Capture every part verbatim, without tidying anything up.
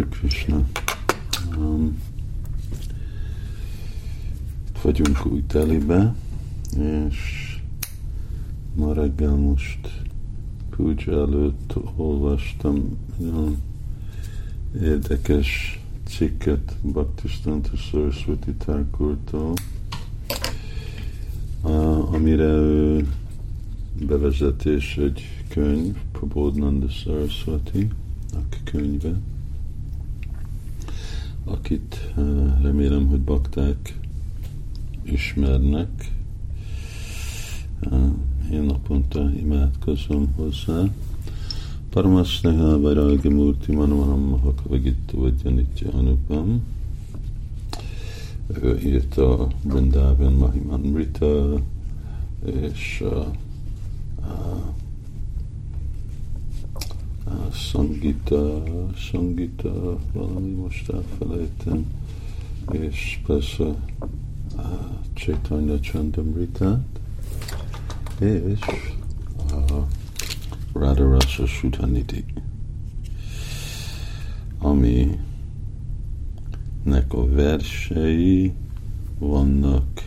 Hare Krishna. Um, vagyunk új telibe, és ma reggel most puja előtt olvastam nagyon érdekes cikket Bhaktisiddhanta Saraswati Thakurtól, amire ő bevezetés egy könyv, Prabodhananda Saraswati könyve, akit remélem, hogy bakták ismernek. Én naponta imádkozom hozzá. Paramasneha Vairagi Murti Manoham Mahakavagitta Vadjanitya Anupam. Ő írta Vrindavan Mahimanmrita és a, a, a Sangita, Sangita, valami most elfelejtem, és persze a Chaitanya Chandamritát, és a Radharasa Sudhanidhi, aminek a versei vannak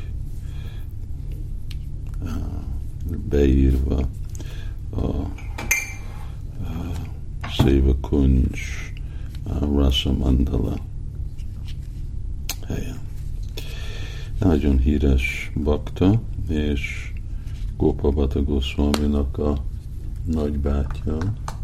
beírva a, a Seva Kunj Rasa Mandala helyen. Nagyon híres bakta, és Gopabhata Goswaminak a nagybátyja,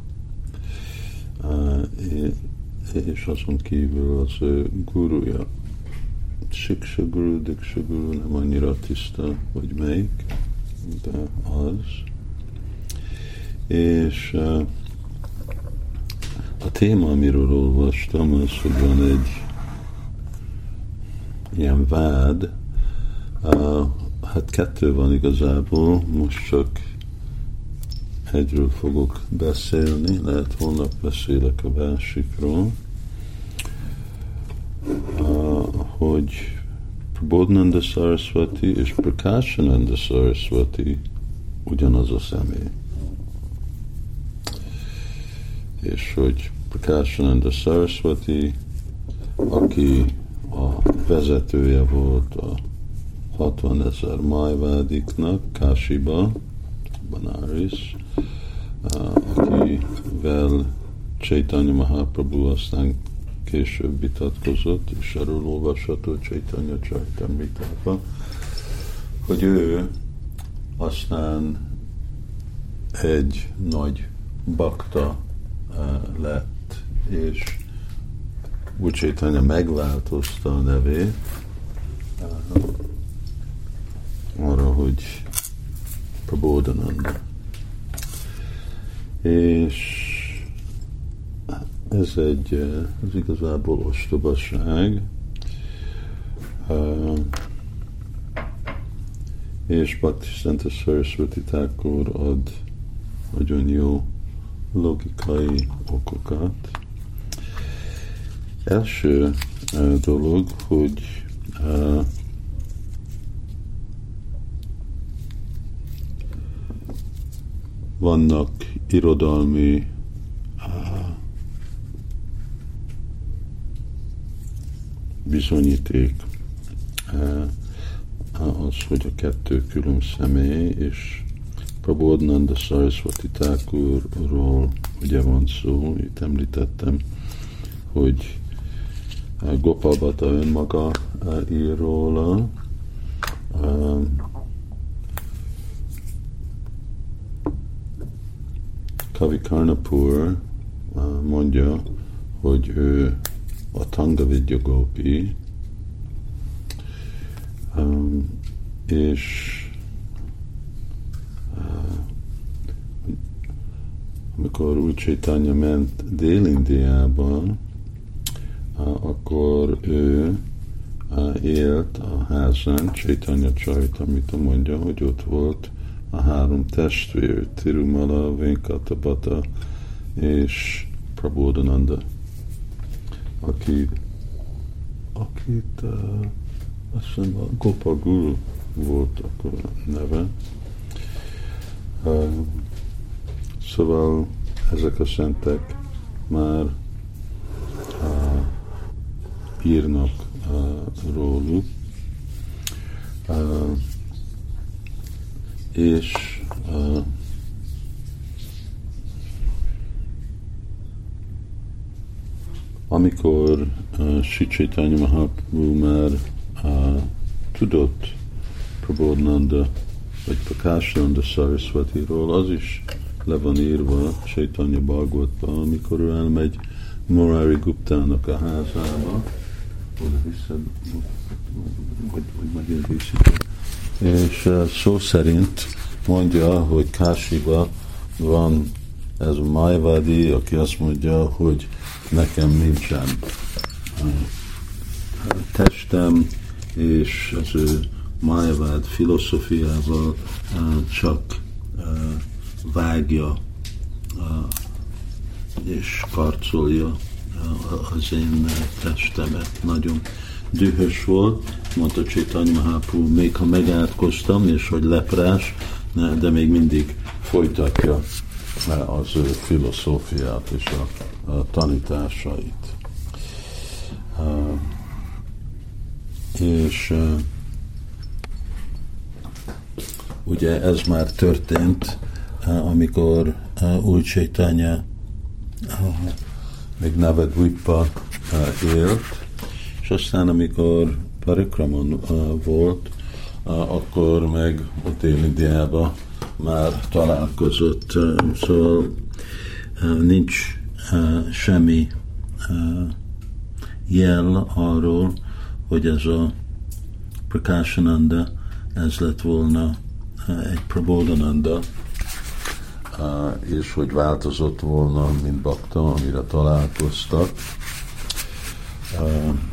és azon kívül az ő guruja. Siksa Guru, Diksha Guru, nem annyira tiszta, hogy melyik, de az. És a téma, amiről olvastam, az, hogy van egy ilyen vád, hát kettő van igazából, most csak egyről fogok beszélni, lehet holnap beszélek a másikról, hogy Prabodhananda Saraswati és Prakashananda Saraswati ugyanaz a személy. És hogy Prakashananda Saraswati, aki a vezetője volt a hatvanezer májvádiknak Káshiba, Banaras, akivel Chaitanya Mahaprabhu aztán később vitatkozott, és erről olvasható Chaitanya Charitamritában, hogy ő aztán egy nagy bakta lett, és úgy Chaitanya megváltozta a nevét arra, hogy Prabodhananda. És ez egy, ez igazából ostobaság, és Bhaktisiddhanta Saraswati Thakur ad nagyon jó logikai okokat. Első dolog, hogy vannak irodalmi bizonyíték az, hogy a kettő külön személy, és Prabodhananda Saraswati Thakurról ugye van szó, itt említettem, hogy Gopabhata önmaga ír róla, Kavi Karnapur mondja, hogy ő a Tangavidya Gopi, um, és uh, amikor Úr Chaitanya ment Dél-Indiába, uh, akkor ő uh, élt a házán, Chaitanya Charitamrita mondja, hogy ott volt a három testvér, Tirumala, Venkatabhata és Prabodhananda, aki, akit uh, azt hiszem a Gopa Guru volt akkor a neve. Uh, szóval ezek a szentek már uh, írnak róluk. És amikor Sri Chaitanya Mahaprabhu már tudott Prabodhananda vagy Prakashananda Saraswatiról, az is le van írva Chaitanya Bhagavatban, amikor ő elmegy Murari Guptának a házába, oda vissza, vagy, vagy megint vissza. És szó szerint mondja, hogy Káshiba van ez a Mayavadi, aki azt mondja, hogy nekem nincsen testem, és az ő Mayavad filozófiával csak vágja és karcolja az én testemet. Nagyon dühös volt, mondta Chaitanya Mahaprabhu, még ha megátkoztam, és hogy leprás, de még mindig folytatja az ő filozófiát és a, a tanításait. Uh, és uh, ugye ez már történt, uh, amikor uh, új Chaitanya uh, még Navadvipa uh, élt, és aztán amikor Parikramon uh, volt, uh, akkor meg ott él Indiában már találkozott, uh, szóval uh, nincs uh, semmi uh, jel arról, hogy ez a Prakashananda, ez lett volna uh, egy Prabodhananda, uh, és hogy változott volna, mint bakta, amire találkoztak. Uh,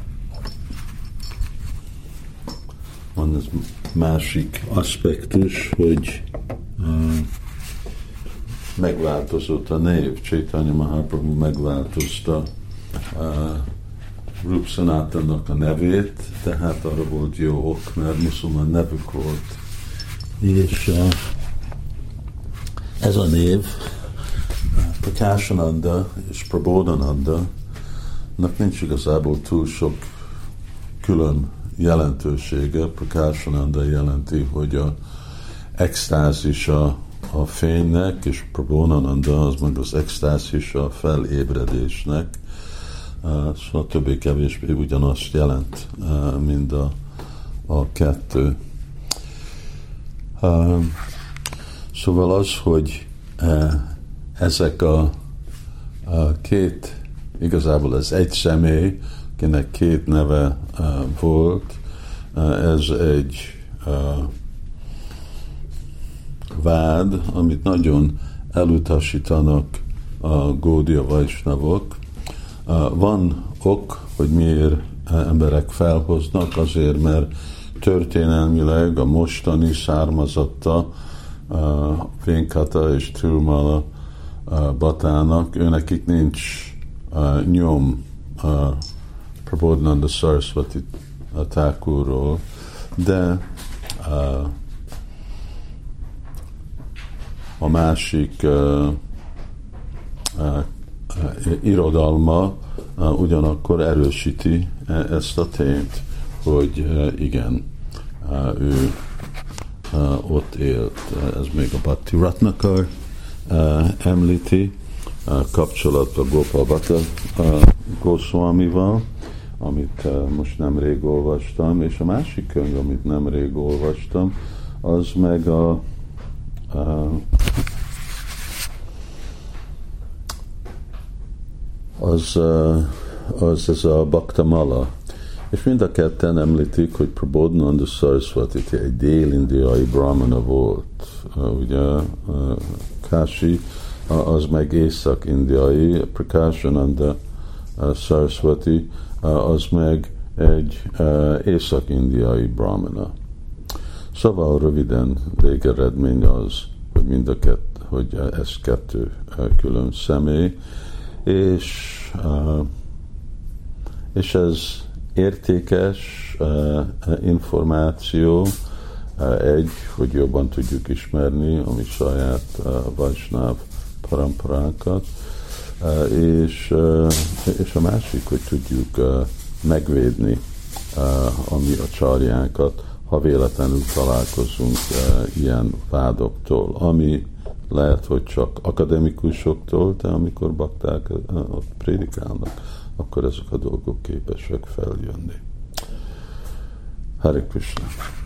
van ez másik aspektus, hogy uh, megváltozott a név. Chaitanya Mahaprabhu megváltozta uh, Rup Sanatannak a nevét, tehát arra volt jó ok, mert muszulmán nevük volt. És uh, ez a név, Prakashananda és Prabodhananda, nak nincs igazából túl sok külön jelentősége. Prakashananda jelenti, hogy a extázis a, a fénynek, és Prabodhananda az meg az extázis a felébredésnek. Uh, szóval többé-kevésbé ugyanazt jelent, uh, mint a, a kettő. Uh, szóval az, hogy uh, ezek a, a két, igazából ez egy személy, akinek két neve uh, volt, uh, ez egy uh, vád, amit nagyon elutasítanak a Gaudiya Vaisnavok. Uh, van ok, hogy miért emberek felhoznak, azért, mert történelmileg a mostani származatta uh, Venkata és Tirumala uh, Bhattának, őnekik nincs uh, nyom uh, Prabodhananda Saraswati uh, Thakurról, de uh, a másik uh, uh, irodalma uh, ugyanakkor erősíti uh, ezt a tényt, hogy uh, igen, uh, ő uh, ott élt. Uh, ez még a Bhakti Ratnakar uh, említi uh, kapcsolatban Gopal Bhatta uh, Goswamival, amit uh, most nemrég olvastam, és a másik könyv, amit nemrég olvastam, az meg a uh, az, az ez a Bhaktamala. És mind a ketten említik, hogy Prabodhananda Saraswati egy dél-indiai brahmana volt. Ugye Kashi az meg észak-indiai, Prakashananda Saraswati az meg egy észak-indiai brahmana. Szóval röviden végeredmény az, hogy mind a kett, hogy ez kettő külön személy, és, uh, és ez értékes uh, információ, uh, egy, hogy jobban tudjuk ismerni a mi saját uh, Vajsnáv parampáránkat, uh, és, uh, és a másik, hogy tudjuk uh, megvédni a mi a csarjánkat, ha véletlenül találkozunk ilyen vádoktól, ami lehet, hogy csak akademikusoktól, de amikor bakták ott prédikálnak, akkor ezek a dolgok képesek feljönni. Hare Krishna!